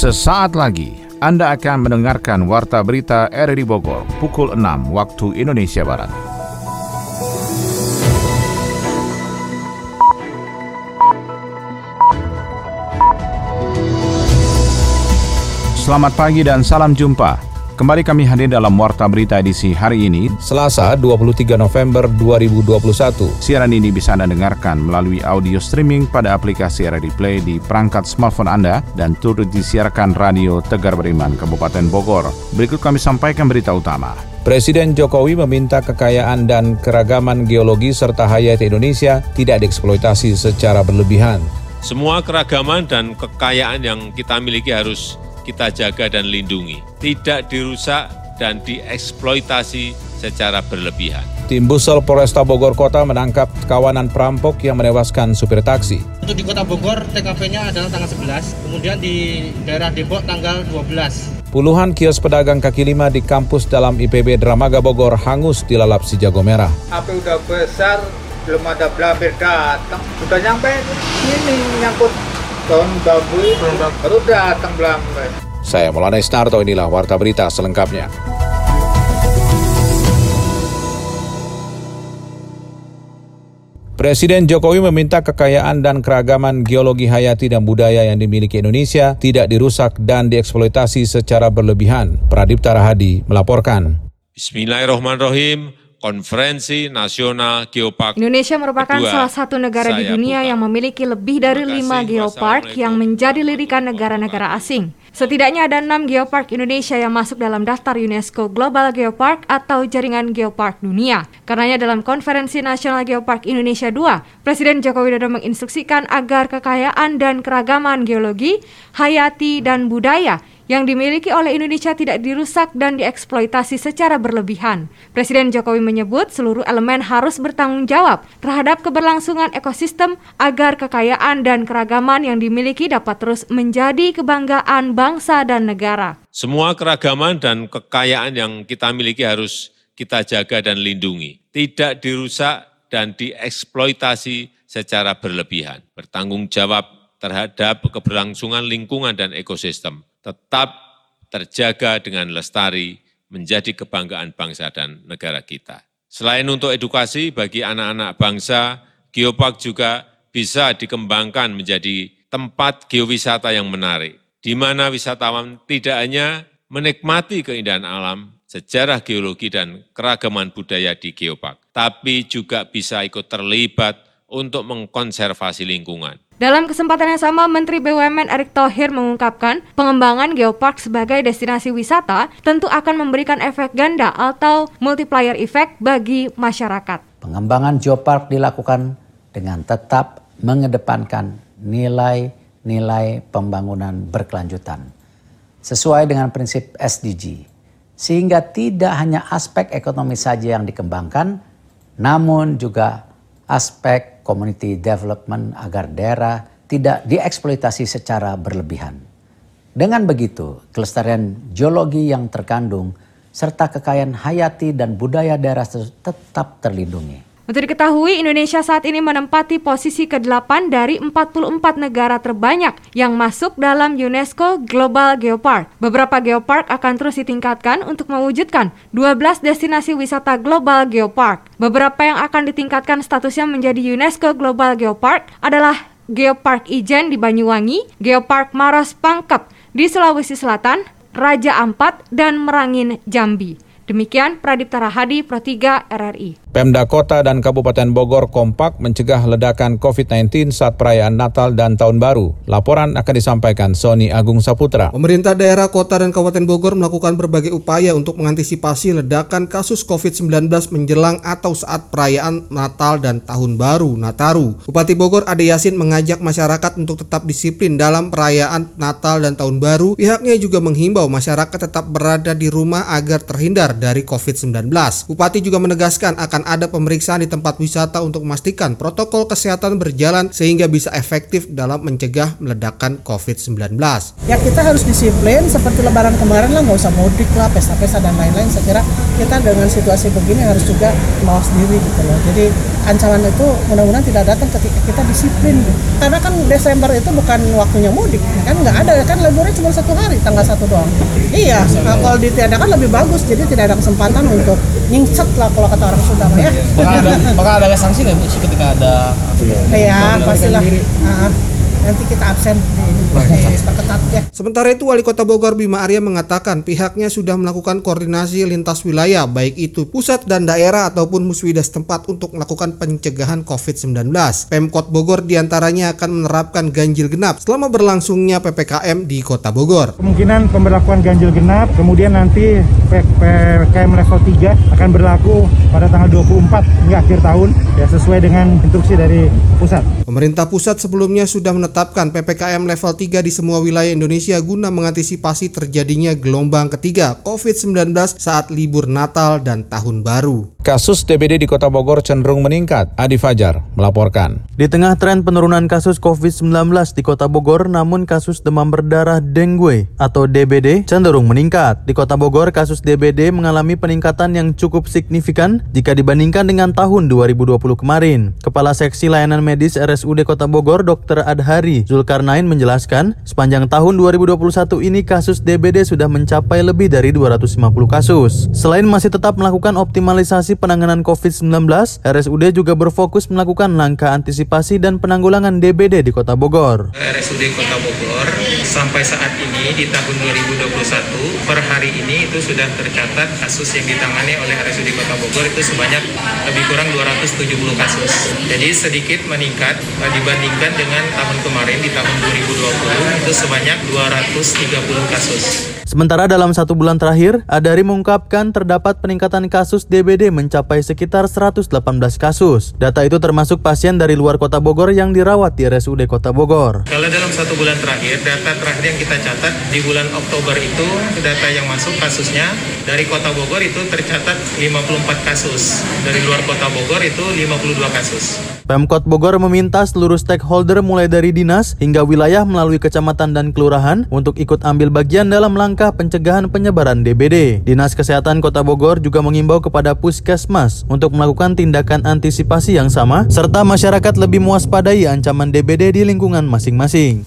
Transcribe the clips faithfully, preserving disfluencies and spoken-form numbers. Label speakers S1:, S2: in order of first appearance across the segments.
S1: Sesaat lagi Anda akan mendengarkan Warta Berita R R I Bogor pukul enam waktu Indonesia Barat. Selamat pagi dan salam jumpa. Kembali kami hadir dalam Warta Berita edisi hari ini,
S2: Selasa dua puluh tiga November dua ribu dua puluh satu.
S1: Siaran ini bisa Anda dengarkan melalui audio streaming pada aplikasi R R I Play di perangkat smartphone Anda dan turut disiarkan Radio Tegar Beriman, Kabupaten Bogor. Berikut kami sampaikan berita utama.
S2: Presiden Jokowi meminta kekayaan dan keragaman geologi serta hayati Indonesia tidak dieksploitasi secara berlebihan.
S3: Semua keragaman dan kekayaan yang kita miliki harus kita jaga dan lindungi, tidak dirusak dan dieksploitasi secara berlebihan.
S2: Tim Busel Polresta Bogor Kota menangkap kawanan perampok yang menewaskan supir taksi.
S4: Untuk di Kota Bogor, T K P-nya adalah tanggal sebelas, kemudian di daerah Depok tanggal dua belas.
S2: Puluhan kios pedagang kaki lima di kampus dalam I P B Dramaga Bogor hangus dilalap si jago merah.
S5: Api udah besar, belum ada belabir datang, udah nyampe sini nyangkut tahun bambu baru datang belambir.
S2: Saya Maulana Isnarto, inilah Warta Berita selengkapnya. Presiden Jokowi meminta kekayaan dan keragaman geologi hayati dan budaya yang dimiliki Indonesia tidak dirusak dan dieksploitasi secara berlebihan. Pradipta Rahadi melaporkan.
S3: Bismillahirrahmanirrahim. Konferensi Nasional Geopark
S6: Indonesia merupakan
S3: kedua,
S6: salah satu negara di dunia buka. yang memiliki lebih dari lima geopark yang menjadi lirikan negara-negara asing. Setidaknya ada enam geopark Indonesia yang masuk dalam daftar UNESCO Global Geopark atau Jaringan Geopark Dunia. Karenanya dalam Konferensi Nasional Geopark Indonesia dua, Presiden Joko Widodo menginstruksikan agar kekayaan dan keragaman geologi, hayati, dan budaya yang dimiliki oleh Indonesia tidak dirusak dan dieksploitasi secara berlebihan. Presiden Jokowi menyebut seluruh elemen harus bertanggung jawab terhadap keberlangsungan ekosistem agar kekayaan dan keragaman yang dimiliki dapat terus menjadi kebanggaan bangsa dan negara.
S3: Semua keragaman dan kekayaan yang kita miliki harus kita jaga dan lindungi, tidak dirusak dan dieksploitasi secara berlebihan. Bertanggung jawab terhadap keberlangsungan lingkungan dan ekosistem tetap terjaga dengan lestari menjadi kebanggaan bangsa dan negara kita. Selain untuk edukasi bagi anak-anak bangsa, geopark juga bisa dikembangkan menjadi tempat geowisata yang menarik, di mana wisatawan tidak hanya menikmati keindahan alam, sejarah geologi dan keragaman budaya di geopark, tapi juga bisa ikut terlibat untuk mengkonservasi lingkungan.
S6: Dalam kesempatan yang sama, Menteri B U M N Erick Thohir mengungkapkan pengembangan geopark sebagai destinasi wisata tentu akan memberikan efek ganda atau multiplier effect bagi masyarakat.
S7: Pengembangan geopark dilakukan dengan tetap mengedepankan nilai-nilai pembangunan berkelanjutan sesuai dengan prinsip S D G, sehingga tidak hanya aspek ekonomi saja yang dikembangkan, namun juga aspek community development agar daerah tidak dieksploitasi secara berlebihan. Dengan begitu, kelestarian geologi yang terkandung serta kekayaan hayati dan budaya daerah tetap terlindungi.
S6: Untuk diketahui, Indonesia saat ini menempati posisi kedelapan dari empat puluh empat negara terbanyak yang masuk dalam UNESCO Global Geopark. Beberapa geopark akan terus ditingkatkan untuk mewujudkan dua belas destinasi wisata Global Geopark. Beberapa yang akan ditingkatkan statusnya menjadi UNESCO Global Geopark adalah Geopark Ijen di Banyuwangi, Geopark Maros Pangkep di Sulawesi Selatan, Raja Ampat, dan Merangin Jambi. Demikian Pradipta Rahadi, Pro tiga R R I.
S2: Pemda Kota dan Kabupaten Bogor kompak mencegah ledakan covid sembilan belas saat perayaan Natal dan Tahun Baru. Laporan akan disampaikan Sony Agung Saputra.
S8: Pemerintah daerah Kota dan Kabupaten Bogor melakukan berbagai upaya untuk mengantisipasi ledakan kasus covid sembilan belas menjelang atau saat perayaan Natal dan Tahun Baru Nataru. Bupati Bogor Ade Yasin mengajak masyarakat untuk tetap disiplin dalam perayaan Natal dan Tahun Baru. Pihaknya juga menghimbau masyarakat tetap berada di rumah agar terhindar dari covid sembilan belas. Bupati juga menegaskan akan ada pemeriksaan di tempat wisata untuk memastikan protokol kesehatan berjalan sehingga bisa efektif dalam mencegah meledakan covid sembilan belas.
S9: Ya kita harus disiplin seperti lebaran kemarin lah, nggak usah mudik lah, pesta-pesta dan lain-lain. Saya kira kita dengan situasi begini harus juga mawas diri gitu loh. Jadi ancaman itu mudah-mudahan tidak datang ketika kita disiplin. Karena kan Desember itu bukan waktunya mudik, kan nggak ada, kan liburnya cuma satu hari, tanggal satu doang. Iya, nah, kalau ditiadakan lebih bagus, jadi tidak ada kesempatan untuk nyingset lah kalau kata orang Sunda ya.
S10: Bakal ada, ada sanksi nggak sih ketika ada?
S9: Iya, pastilah. Nah, nanti kita absen di perketat ya.
S8: Sementara itu, Wali Kota Bogor Bima Arya mengatakan pihaknya sudah melakukan koordinasi lintas wilayah, baik itu pusat dan daerah ataupun muswida setempat untuk melakukan pencegahan covid sembilan belas. Pemkot Bogor diantaranya akan menerapkan ganjil genap selama berlangsungnya P P K M di Kota Bogor.
S11: Kemungkinan pemberlakuan ganjil genap, kemudian nanti P P K M level tiga akan berlaku pada tanggal dua puluh empat hingga akhir tahun, ya sesuai dengan instruksi dari pusat.
S8: Pemerintah pusat sebelumnya sudah menetapkan P P K M level tiga di semua wilayah Indonesia guna mengantisipasi terjadinya gelombang ketiga covid sembilan belas saat libur Natal dan Tahun Baru.
S2: Kasus D B D di Kota Bogor cenderung meningkat. Adi Fajar melaporkan.
S12: Di tengah tren penurunan kasus covid sembilan belas di Kota Bogor, namun kasus demam berdarah dengue atau D B D cenderung meningkat. Di Kota Bogor, kasus D B D mengalami peningkatan yang cukup signifikan jika dibandingkan dengan tahun dua ribu dua puluh kemarin. Kepala Seksi Layanan Medis R S U D Kota Bogor, Dokter Adhari Zulkarnain menjelaskan, sepanjang tahun dua ribu dua puluh satu ini kasus D B D sudah mencapai lebih dari dua ratus lima puluh kasus. Selain masih tetap melakukan optimalisasi penanganan covid sembilan belas, R S U D juga berfokus melakukan langkah antisipasi dan penanggulangan D B D di Kota Bogor.
S13: R S U D Kota Bogor sampai saat ini di tahun dua ribu dua puluh satu per hari ini itu sudah tercatat kasus yang ditangani oleh R S U D Kota Bogor itu sebanyak lebih kurang dua ratus tujuh puluh kasus. Jadi sedikit meningkat dibandingkan dengan tahun kemarin di tahun dua ribu dua puluh itu sebanyak dua ratus tiga puluh kasus.
S12: Sementara dalam satu bulan terakhir, Adhari mengungkapkan terdapat peningkatan kasus D B D mencapai sekitar seratus delapan belas kasus. Data itu termasuk pasien dari luar Kota Bogor yang dirawat di R S U D Kota Bogor.
S13: Kalau dalam satu bulan terakhir, data terakhir yang kita catat di bulan Oktober itu, data yang masuk kasusnya dari Kota Bogor itu tercatat lima puluh empat kasus. Dari luar Kota Bogor itu lima puluh dua kasus.
S12: Pemkot Bogor meminta seluruh stakeholder mulai dari dinas hingga wilayah melalui kecamatan dan kelurahan untuk ikut ambil bagian dalam langkah pencegahan penyebaran D B D. Dinas Kesehatan Kota Bogor juga mengimbau kepada Puskesmas untuk melakukan tindakan antisipasi yang sama serta masyarakat lebih mewaspadai ancaman D B D di lingkungan masing-masing.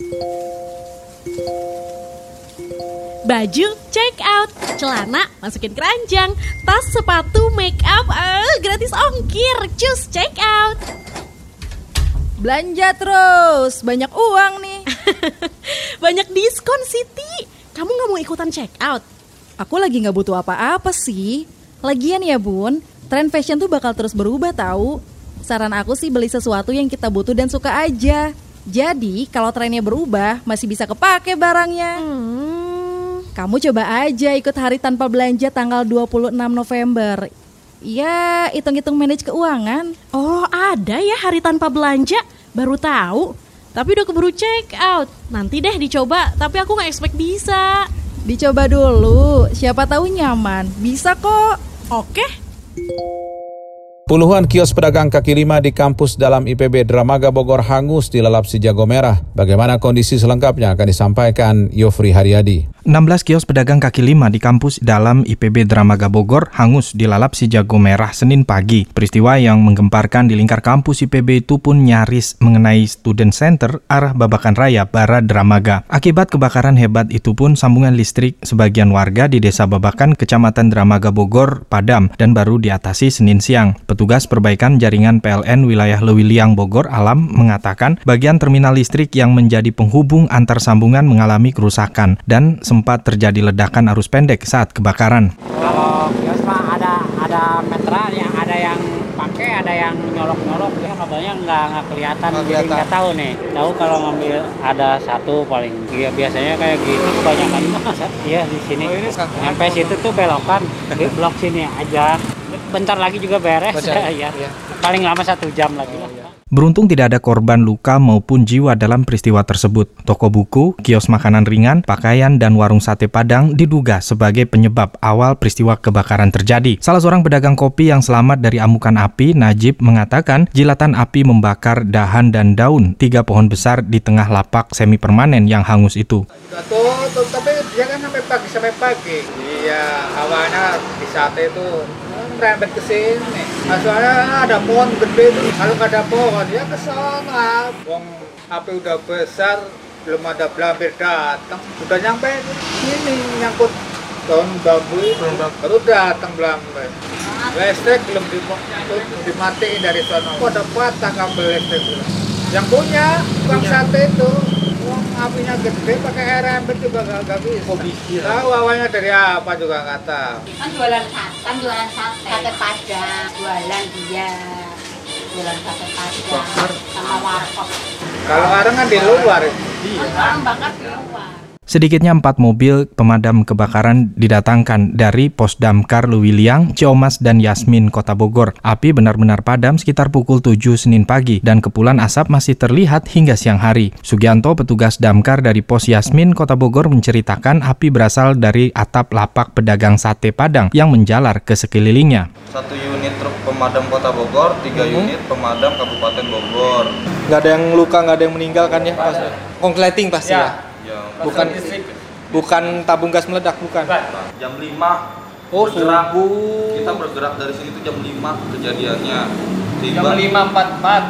S14: Baju check out, celana masukin keranjang, tas, sepatu, make up, uh, gratis ongkir, cus check out.
S15: Belanja terus, banyak uang nih.
S14: Banyak diskon Siti. Kamu gak mau ikutan check out?
S15: Aku lagi gak butuh apa-apa sih. Lagian ya bun, tren fashion tuh bakal terus berubah tahu. Saran aku sih beli sesuatu yang kita butuh dan suka aja. Jadi kalau trennya berubah masih bisa kepake barangnya. hmm. Kamu coba aja ikut hari tanpa belanja tanggal dua puluh enam November. Ya, hitung-hitung manage keuangan.
S14: Oh, ada ya hari tanpa belanja? Baru tahu. Tapi udah keburu check out. Nanti deh dicoba, tapi aku gak expect bisa.
S15: Dicoba dulu, siapa tahu nyaman. Bisa kok.
S14: Oke.
S2: Puluhan kios pedagang kaki lima di kampus dalam I P B Dramaga Bogor hangus dilalap si jago merah. Bagaimana kondisi selengkapnya akan disampaikan Yofri Haryadi.
S16: enam belas kios pedagang kaki lima di kampus dalam I P B Dramaga Bogor hangus dilalap si jago merah Senin pagi. Peristiwa yang menggemparkan di lingkar kampus I P B itu pun nyaris mengenai Student Center arah Babakan Raya, Barat Dramaga. Akibat kebakaran hebat itu pun sambungan listrik sebagian warga di Desa Babakan, Kecamatan Dramaga Bogor padam dan baru diatasi Senin siang. Petugas perbaikan jaringan P L N wilayah Lewiliang Bogor Alam mengatakan bagian terminal listrik yang menjadi penghubung antar sambungan mengalami kerusakan dan sempat terjadi ledakan arus pendek saat kebakaran.
S17: Kalau kios mah ada ada meteran yang ada yang pakai, ada yang nyolok-nyolok, ya kabelnya nggak nggak kelihatan, jadi nggak tahu nih. Tahu kalau ngambil ada satu paling, ya, biasanya kayak gitu kebanyakan masa. Iya di sini. Sampai situ tuh belokan di blok sini aja. Bentar lagi juga beres. Ya. Paling lama satu jam lagi.
S16: Beruntung tidak ada korban luka maupun jiwa dalam peristiwa tersebut. Toko buku, kios makanan ringan, pakaian, dan warung sate Padang diduga sebagai penyebab awal peristiwa kebakaran terjadi. Salah seorang pedagang kopi yang selamat dari amukan api, Najib, mengatakan jilatan api membakar dahan dan daun tiga pohon besar di tengah lapak semi permanen yang hangus itu.
S5: Tuh, tuh, tapi dia kan sampai pagi sampai pagi. Iya, awalnya di sate itu merembet ke sini. Soalnya ada pohon gede tuh. Kalau nggak ada pohon ya ke sana. Wong api udah besar, belum ada belambir datang. Udah nyampe sini nyangkut daun bambu itu. Baru datang belambir. Listrik belum dimatiin dari sana. Ada patah kabel listrik. Yang punya tukang sate itu. Apinya gede pakai air rembet juga gak bisa. Tahu awalnya dari apa juga nggak tahu.
S18: Kan jualan sate, kan jualan sate, sate Padang, jualan dia, jualan sate Padang sama warkop.
S5: Kalau orang kan di luar.
S18: Iya. Orang bakar di luar.
S16: Sedikitnya empat mobil pemadam kebakaran didatangkan dari Pos Damkar Lewiliang, Ciomas, dan Yasmin, Kota Bogor. Api benar-benar padam sekitar pukul tujuh Senin pagi dan kepulan asap masih terlihat hingga siang hari. Sugianto, petugas Damkar dari Pos Yasmin, Kota Bogor, menceritakan api berasal dari atap lapak pedagang sate Padang yang menjalar ke sekelilingnya.
S19: Satu unit truk pemadam Kota Bogor, tiga hmm. unit pemadam Kabupaten Bogor.
S20: Nggak ada yang luka, nggak ada yang meninggal kan ya? Pas konsleting pasti ya? ya? Bukan bukan tabung gas meledak, bukan.
S19: Jam lima.
S20: Oh,
S19: bergerak. Kita bergerak dari sini itu jam lima kejadiannya.
S20: Tiba, jam lima empat puluh empat.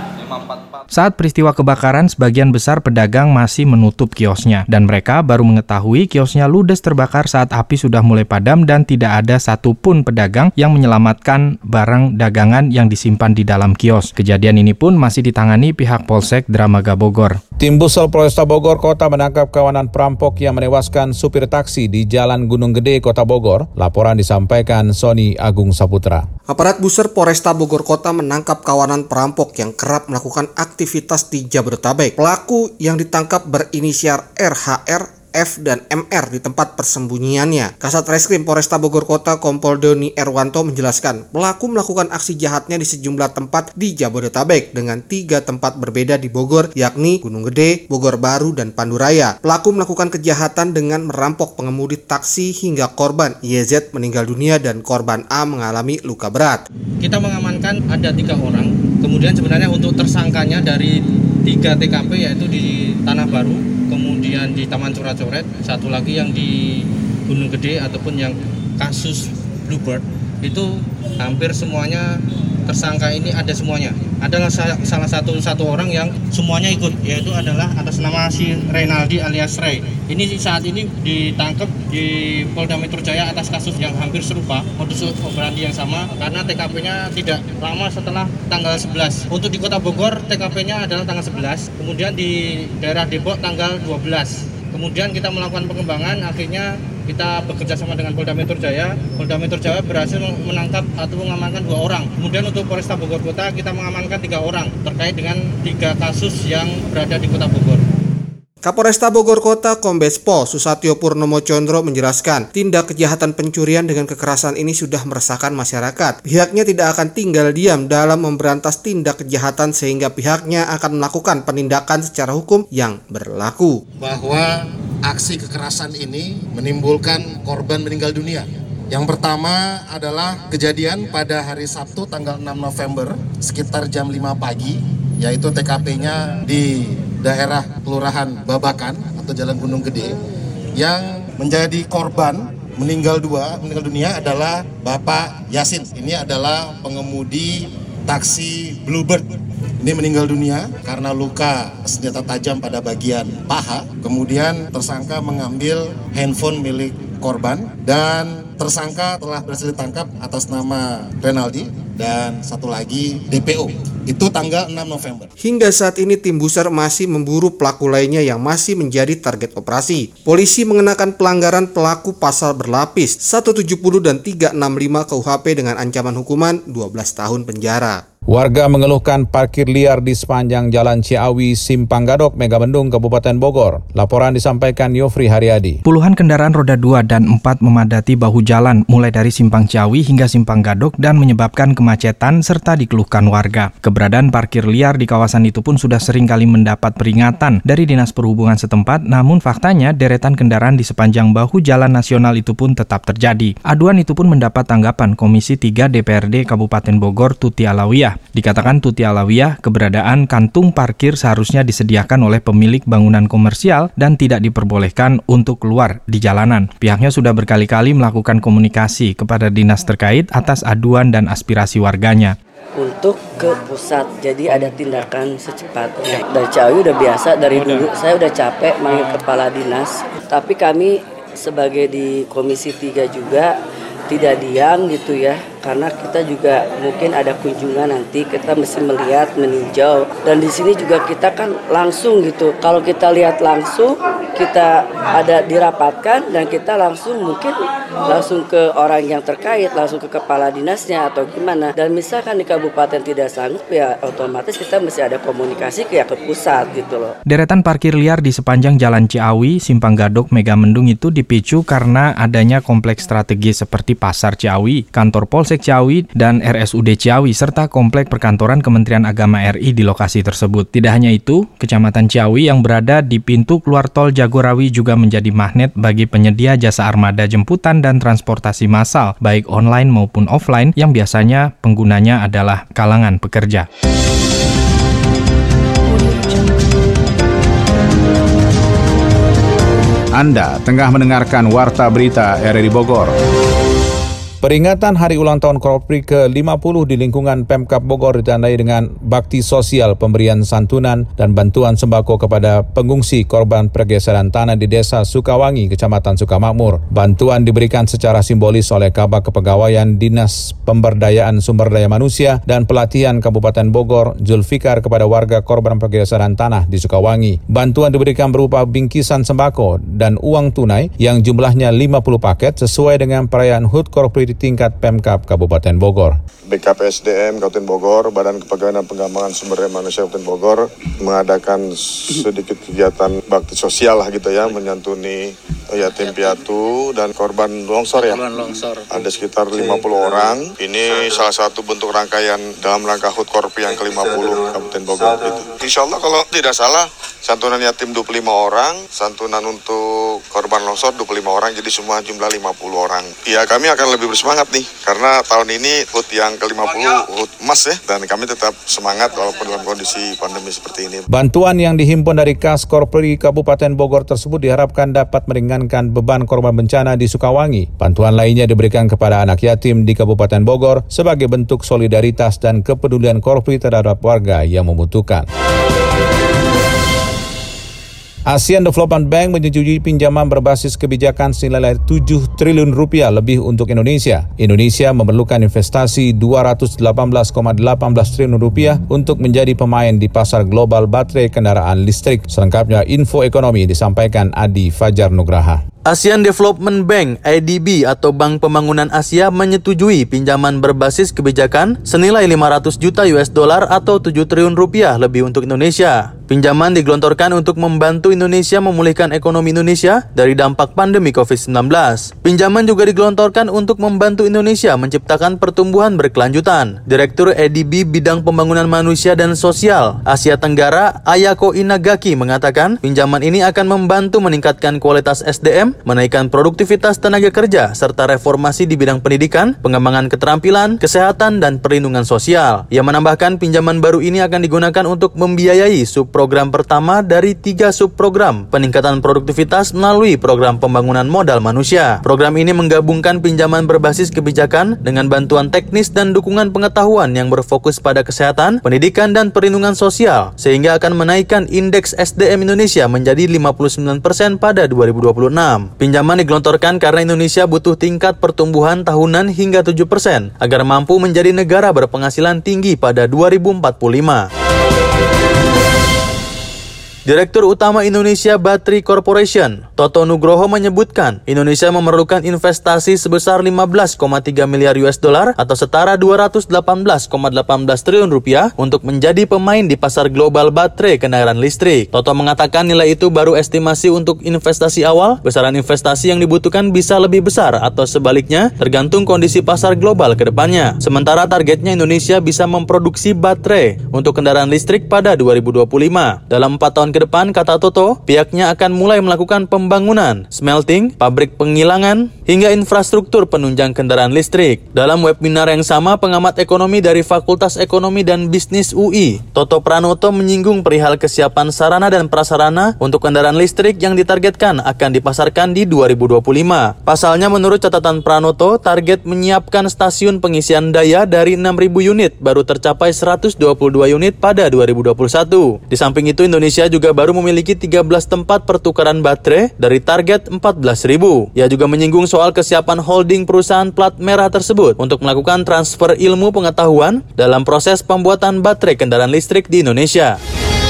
S16: Saat peristiwa kebakaran, sebagian besar pedagang masih menutup kiosnya dan mereka baru mengetahui kiosnya ludes terbakar saat api sudah mulai padam dan tidak ada satupun pedagang yang menyelamatkan barang dagangan yang disimpan di dalam kios. Kejadian ini pun masih ditangani pihak Polsek Dramaga Bogor.
S2: Tim Busel Polresta Bogor Kota menangkap kawanan perampok yang menewaskan supir taksi di Jalan Gunung Gede, Kota Bogor. Laporan disampaikan Sony Agung Saputra.
S8: Aparat Busel Polresta Bogor Kota menangkap kawanan perampok yang kerap melakukan aktivitas di Jabodetabek. Pelaku yang ditangkap berinisial R H R, F, dan M R di tempat persembunyiannya. Kasat Reskrim Polresta Bogor Kota Kompol Doni Erwanto menjelaskan, pelaku melakukan aksi jahatnya di sejumlah tempat di Jabodetabek dengan tiga tempat berbeda di Bogor, yakni Gunung Gede, Bogor Baru, dan Panduraya. Pelaku melakukan kejahatan dengan merampok pengemudi taksi hingga korban Y Z meninggal dunia dan korban A mengalami luka berat.
S4: Kita mengamankan ada tiga orang, kemudian sebenarnya untuk tersangkanya dari tiga T K P yaitu di Tanah Baru, kemudian di Taman Coret-Coret, satu lagi yang di Gunung Gede ataupun yang kasus Bluebird, itu hampir semuanya tersangka ini ada semuanya. Adalah salah satu satu orang yang semuanya ikut, yaitu adalah atas nama si Renaldi alias Ray. Ini saat ini ditangkap di Polda Metro Jaya atas kasus yang hampir serupa, modus operandi yang sama, karena T K P-nya tidak lama setelah tanggal sebelas. Untuk di Kota Bogor, T K P-nya adalah tanggal sebelas, kemudian di daerah Depok tanggal dua belas. Kemudian kita melakukan pengembangan, akhirnya kita bekerja sama dengan Polda Metro Jaya. Polda Metro Jaya berhasil menangkap atau mengamankan dua orang. Kemudian untuk Polresta Bogor Kota kita mengamankan tiga orang terkait dengan tiga kasus yang berada di Kota Bogor.
S8: Kapolresta Bogor Kota Kombes Pol Susatyo Purnomo Condro menjelaskan, tindak kejahatan pencurian dengan kekerasan ini sudah meresahkan masyarakat. Pihaknya tidak akan tinggal diam dalam memberantas tindak kejahatan sehingga pihaknya akan melakukan penindakan secara hukum yang berlaku.
S21: Bahwa aksi kekerasan ini menimbulkan korban meninggal dunia. Yang pertama adalah kejadian pada hari Sabtu tanggal enam November sekitar jam lima pagi, yaitu T K P-nya di daerah Kelurahan Babakan atau Jalan Gunung Gede, yang menjadi korban meninggal dua meninggal dunia adalah Bapak Yasin. Ini adalah pengemudi taksi Bluebird. Ini meninggal dunia karena luka senjata tajam pada bagian paha. Kemudian tersangka mengambil handphone milik korban dan tersangka telah berhasil ditangkap atas nama Renaldi dan satu lagi D P O. Itu tanggal enam November.
S8: Hingga saat ini tim Busar masih memburu pelaku lainnya yang masih menjadi target operasi. Polisi mengenakan pelanggaran pelaku pasal berlapis seratus tujuh puluh dan tiga enam lima K U H P dengan ancaman hukuman dua belas tahun penjara.
S2: Warga mengeluhkan parkir liar di sepanjang Jalan Ciawi, Simpang Gadok, Megamendung, Kabupaten Bogor. Laporan disampaikan Yofri Haryadi.
S16: Puluhan kendaraan roda dua dan empat memadati bahu jalan mulai dari Simpang Ciawi hingga Simpang Gadok dan menyebabkan kemacetan serta dikeluhkan warga. Keberadaan parkir liar di kawasan itu pun sudah sering kali mendapat peringatan dari Dinas Perhubungan setempat, namun faktanya deretan kendaraan di sepanjang bahu jalan nasional itu pun tetap terjadi. Aduan itu pun mendapat tanggapan Komisi tiga D P R D Kabupaten Bogor, Tuti Alawiyah. Dikatakan Tuti Alawiyah, keberadaan kantung parkir seharusnya disediakan oleh pemilik bangunan komersial dan tidak diperbolehkan untuk keluar di jalanan. Pihaknya sudah berkali-kali melakukan komunikasi kepada dinas terkait atas aduan dan aspirasi warganya.
S1: Untuk ke pusat, jadi ada tindakan secepatnya. Dari Ciawi udah biasa, dari dulu saya udah capek manggil kepala dinas, tapi kami sebagai di Komisi tiga juga tidak diam gitu ya, karena kita juga mungkin ada kunjungan nanti, kita mesti melihat, meninjau, dan di sini juga kita kan langsung gitu. Kalau kita lihat langsung, kita ada dirapatkan dan kita langsung mungkin langsung ke orang yang terkait, langsung ke kepala dinasnya atau gimana. Dan misalkan di kabupaten tidak sanggup, ya otomatis kita mesti ada komunikasi ke ya ke pusat gitu loh.
S16: Deretan parkir liar di sepanjang Jalan Ciawi, Simpang Gadok, Megamendung itu dipicu karena adanya kompleks strategis seperti Pasar Ciawi, Kantor Polsek Ciawi, dan R S U D Ciawi, serta komplek perkantoran Kementerian Agama R I di lokasi tersebut. Tidak hanya itu, Kecamatan Ciawi yang berada di pintu keluar tol Jagorawi juga menjadi magnet bagi penyedia jasa armada jemputan dan transportasi massal, baik online maupun offline, yang biasanya penggunanya adalah kalangan pekerja.
S2: Anda tengah mendengarkan Warta Berita R R I Bogor. Peringatan Hari Ulang Tahun Korpri ke lima puluh di lingkungan Pemkab Bogor ditandai dengan bakti sosial, pemberian santunan dan bantuan sembako kepada pengungsi korban pergeseran tanah di Desa Sukawangi, Kecamatan Sukamakmur. Bantuan diberikan secara simbolis oleh Kabag Kepegawaian Dinas Pemberdayaan Sumber Daya Manusia dan Pelatihan Kabupaten Bogor, Zulfikar, kepada warga korban pergeseran tanah di Sukawangi. Bantuan diberikan berupa bingkisan sembako dan uang tunai yang jumlahnya lima puluh paket sesuai dengan perayaan H U T Korpri di tingkat Pemkab Kabupaten Bogor.
S22: B K P S D M Kabupaten Bogor, Badan Kepegawaian dan Pengembangan Sumber Daya Manusia Kabupaten Bogor mengadakan sedikit kegiatan bakti sosial lah gitu ya, menyantuni yatim piatu dan korban longsor ya. Korban longsor. Ada sekitar lima puluh orang. Ini salah satu bentuk rangkaian dalam rangka H U T Korpri yang ke lima puluh Kabupaten Bogor gitu. Insya Allah kalau tidak salah santunan yatim dua puluh lima orang, santunan untuk korban longsor dua puluh lima orang, jadi semua jumlah lima puluh orang. Ya, kami akan lebih bersemangat nih, karena tahun ini H U T yang ke lima puluh H U T emas ya, dan kami tetap semangat walaupun dalam kondisi pandemi seperti ini.
S2: Bantuan yang dihimpun dari Kas Korpri Kabupaten Bogor tersebut diharapkan dapat meringankan beban korban bencana di Sukawangi. Bantuan lainnya diberikan kepada anak yatim di Kabupaten Bogor sebagai bentuk solidaritas dan kepedulian Korpri terhadap warga yang membutuhkan. Asian Development Bank menyetujui pinjaman berbasis kebijakan senilai tujuh triliun rupiah lebih untuk Indonesia. Indonesia memerlukan investasi dua ratus delapan belas koma satu delapan triliun rupiah untuk menjadi pemain di pasar global baterai kendaraan listrik. Selengkapnya info ekonomi disampaikan Adi Fajar Nugraha.
S12: Asian Development Bank (A D B) atau Bank Pembangunan Asia menyetujui pinjaman berbasis kebijakan senilai lima ratus juta U S dollar atau tujuh triliun rupiah lebih untuk Indonesia. Pinjaman digelontorkan untuk membantu Indonesia memulihkan ekonomi Indonesia dari dampak pandemi covid sembilan belas. Pinjaman juga digelontorkan untuk membantu Indonesia menciptakan pertumbuhan berkelanjutan. Direktur A D B Bidang Pembangunan Manusia dan Sosial Asia Tenggara, Ayako Inagaki, mengatakan pinjaman ini akan membantu meningkatkan kualitas S D M, menaikkan produktivitas tenaga kerja, serta reformasi di bidang pendidikan, pengembangan keterampilan, kesehatan, dan perlindungan sosial. Ia menambahkan pinjaman baru ini akan digunakan untuk membiayai subprogram pertama dari tiga subprogram peningkatan produktivitas melalui program pembangunan modal manusia. Program ini menggabungkan pinjaman berbasis kebijakan dengan bantuan teknis dan dukungan pengetahuan yang berfokus pada kesehatan, pendidikan, dan perlindungan sosial, sehingga akan menaikkan indeks S D M Indonesia menjadi lima puluh sembilan persen pada dua ribu dua puluh enam. Pinjaman digelontorkan karena Indonesia butuh tingkat pertumbuhan tahunan hingga tujuh persen agar mampu menjadi negara berpenghasilan tinggi pada dua ribu empat puluh lima. Direktur Utama Indonesia Battery Corporation, Toto Nugroho menyebutkan, Indonesia memerlukan investasi sebesar lima belas koma tiga miliar U S dollar atau setara dua ratus delapan belas koma satu delapan triliun rupiah untuk menjadi pemain di pasar global baterai kendaraan listrik. Toto mengatakan nilai itu baru estimasi untuk investasi awal, besaran investasi yang dibutuhkan bisa lebih besar atau sebaliknya tergantung kondisi pasar global ke depannya. Sementara targetnya Indonesia bisa memproduksi baterai untuk kendaraan listrik pada dua ribu dua puluh lima. Dalam empat tahun ke depan, kata Toto, pihaknya akan mulai melakukan pembangunan, smelting, pabrik penghilangan, hingga infrastruktur penunjang kendaraan listrik. Dalam webinar yang sama, pengamat ekonomi dari Fakultas Ekonomi dan Bisnis U I, Toto Pranoto menyinggung perihal kesiapan sarana dan prasarana untuk kendaraan listrik yang ditargetkan akan dipasarkan di dua ribu dua puluh lima. Pasalnya, menurut catatan Pranoto, target menyiapkan stasiun pengisian daya dari enam ribu unit baru tercapai seratus dua puluh dua unit pada dua ribu dua puluh satu. Di samping itu, Indonesia juga baru memiliki tiga belas tempat pertukaran baterai dari target empat belas ribu. Ia juga menyinggung soal kesiapan holding perusahaan plat merah tersebut untuk melakukan transfer ilmu pengetahuan dalam proses pembuatan baterai kendaraan listrik di Indonesia.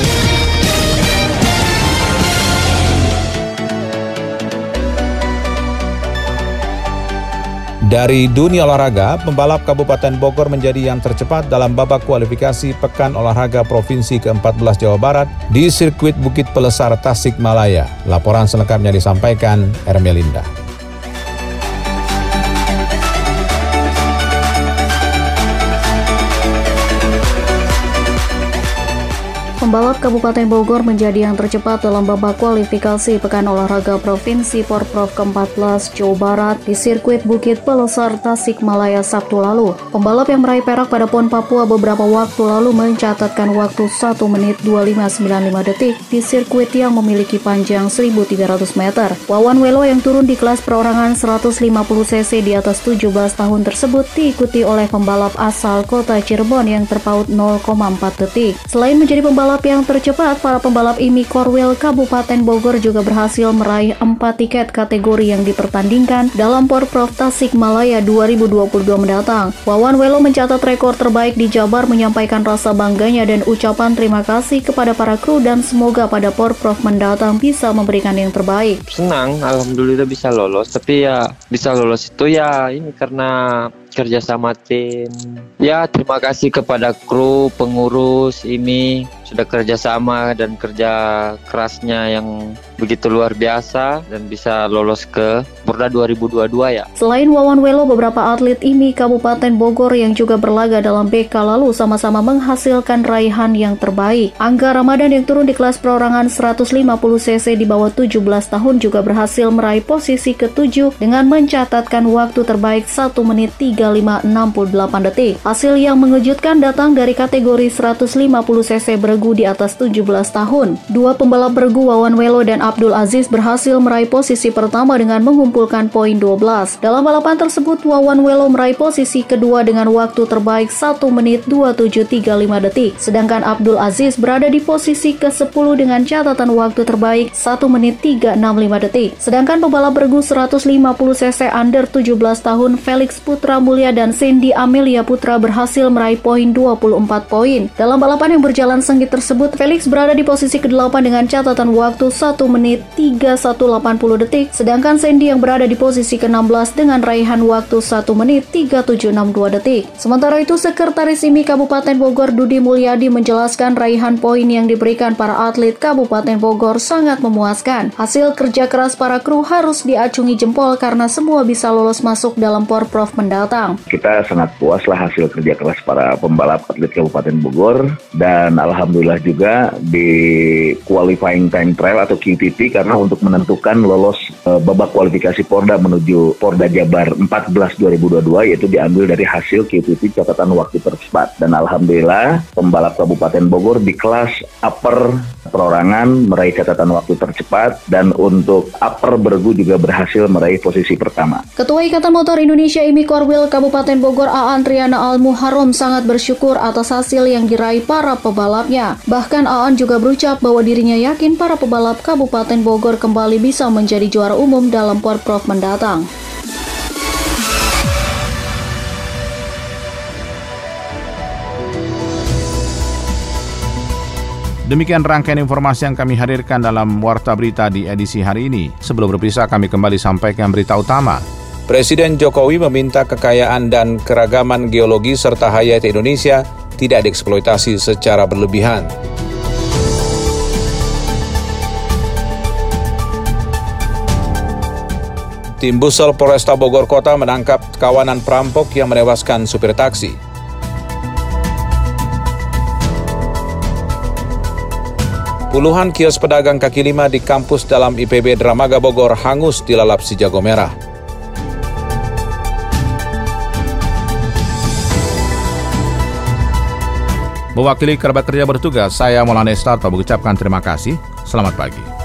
S2: Dari dunia olahraga, pembalap Kabupaten Bogor menjadi yang tercepat dalam babak kualifikasi Pekan Olahraga Provinsi ke empat belas Jawa Barat di sirkuit Bukit Pelesar Tasikmalaya. Laporan selengkapnya disampaikan Ermelinda.
S3: Pembalap Kabupaten Bogor menjadi yang tercepat dalam babak kualifikasi Pekan Olahraga Provinsi Porprov ke empat belas Jawa Barat di sirkuit Bukit Pelesar Tasikmalaya Sabtu lalu. Pembalap yang meraih perak pada Pon Papua beberapa waktu lalu mencatatkan waktu satu menit dua puluh lima sembilan puluh lima detik di sirkuit yang memiliki panjang seribu tiga ratus meter. Wawan Welo yang turun di kelas perorangan seratus lima puluh cc di atas tujuh belas tahun tersebut diikuti oleh pembalap asal kota Cirebon yang terpaut nol koma empat detik. Selain menjadi pembalap yang tercepat, para pembalap I M I Korwil Kabupaten Bogor juga berhasil meraih empat tiket kategori yang dipertandingkan dalam Porprov Tasikmalaya dua ribu dua puluh dua mendatang. Wawan Welo mencatat rekor terbaik di Jabar, menyampaikan rasa bangganya dan ucapan terima kasih kepada para kru dan semoga pada Porprov mendatang bisa memberikan yang terbaik.
S7: Senang, alhamdulillah bisa lolos, tapi ya bisa lolos itu ya ini karena kerja sama tim. Ya, terima kasih kepada kru, pengurus I M I sudah kerja sama dan kerja kerasnya yang begitu luar biasa dan bisa lolos ke Porda dua ribu dua puluh dua ya.
S3: Selain Wawan Welo, beberapa atlet I M I Kabupaten Bogor yang juga berlaga dalam B K lalu sama-sama menghasilkan raihan yang terbaik. Angga Ramadan yang turun di kelas perorangan seratus lima puluh cc di bawah tujuh belas tahun juga berhasil meraih posisi ketujuh dengan mencatatkan waktu terbaik satu menit tiga puluh lima enam puluh delapan detik. Hasil yang mengejutkan datang dari kategori seratus lima puluh cc bergu di atas tujuh belas tahun. Dua pembalap bergu Wawan Welo dan Abdul Aziz berhasil meraih posisi pertama dengan mengumpulkan poin dua belas. Dalam balapan tersebut, Wawan Welo meraih posisi kedua dengan waktu terbaik satu menit dua puluh tujuh tiga puluh lima detik. Sedangkan Abdul Aziz berada di posisi ke sepuluh dengan catatan waktu terbaik satu menit tiga puluh enam lima detik. Sedangkan pembalap bergu seratus lima puluh cc under tujuh belas tahun Felix Putra Mulya dan Cindy Amelia Putra berhasil meraih poin dua puluh empat poin. Dalam balapan yang berjalan sengit tersebut, Felix berada di posisi kedelapan dengan catatan waktu satu menit tiga puluh satu delapan puluh detik, sedangkan Cindy yang berada di posisi ke enam belas dengan raihan waktu satu menit tiga puluh tujuh enam puluh dua detik. Sementara itu, Sekretaris I M I Kabupaten Bogor Dudi Mulyadi menjelaskan raihan poin yang diberikan para atlet Kabupaten Bogor sangat memuaskan. Hasil kerja keras para kru harus diacungi jempol karena semua bisa lolos masuk dalam Porprov mendatang.
S23: Kita sangat puas lah hasil kerja keras para pembalap atlet Kabupaten Bogor, dan alhamdulillah juga di qualifying time trial atau Q T T karena untuk menentukan lolos e, babak kualifikasi Porda menuju Porda Jabar empat belas dua ribu dua puluh dua, yaitu diambil dari hasil Q T T catatan waktu tercepat. Dan alhamdulillah pembalap Kabupaten Bogor di kelas upper perorangan meraih catatan waktu tercepat, dan untuk upper bergu juga berhasil meraih posisi pertama.
S3: Ketua Ikatan Motor Indonesia I M I Korwil Kabupaten Bogor Aan Triana Al-Muharram sangat bersyukur atas hasil yang diraih para pebalapnya. Bahkan Aan juga berucap bahwa dirinya yakin para pebalap Kabupaten Bogor kembali bisa menjadi juara umum dalam Porprov mendatang.
S2: Demikian rangkaian informasi yang kami hadirkan dalam Warta Berita di edisi hari ini. Sebelum berpisah, kami kembali sampaikan berita utama. Presiden Jokowi meminta kekayaan dan keragaman geologi serta hayati Indonesia tidak dieksploitasi secara berlebihan. Tim Busel Polresta Bogor Kota menangkap kawanan perampok yang menewaskan supir taksi. Puluhan kios pedagang kaki lima di kampus dalam I P B Dramaga Bogor hangus dilalap si jago merah. Mewakili kerabat kerja bertugas, saya Maulana Estarto mengucapkan terima kasih. Selamat pagi.